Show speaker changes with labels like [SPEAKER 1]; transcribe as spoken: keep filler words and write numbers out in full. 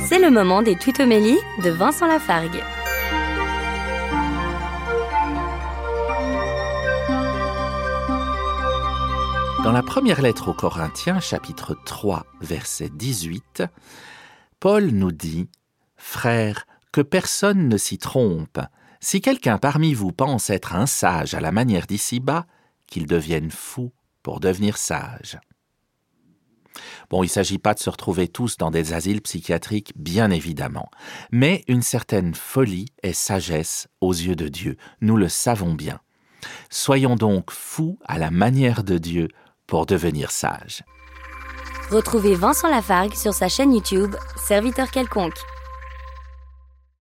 [SPEAKER 1] C'est le moment des tutomélies de Vincent Lafargue.
[SPEAKER 2] Dans la première lettre aux Corinthiens, chapitre trois, verset dix-huit, Paul nous dit « Frères, que personne ne s'y trompe. Si quelqu'un parmi vous pense être un sage à la manière d'ici-bas, qu'il devienne fou pour devenir sage. » Bon, il ne s'agit pas de se retrouver tous dans des asiles psychiatriques, bien évidemment, mais une certaine folie est sagesse aux yeux de Dieu, nous le savons bien. Soyons donc fous à la manière de Dieu pour devenir sages.
[SPEAKER 1] Retrouvez Vincent Lafargue sur sa chaîne YouTube Serviteur quelconque.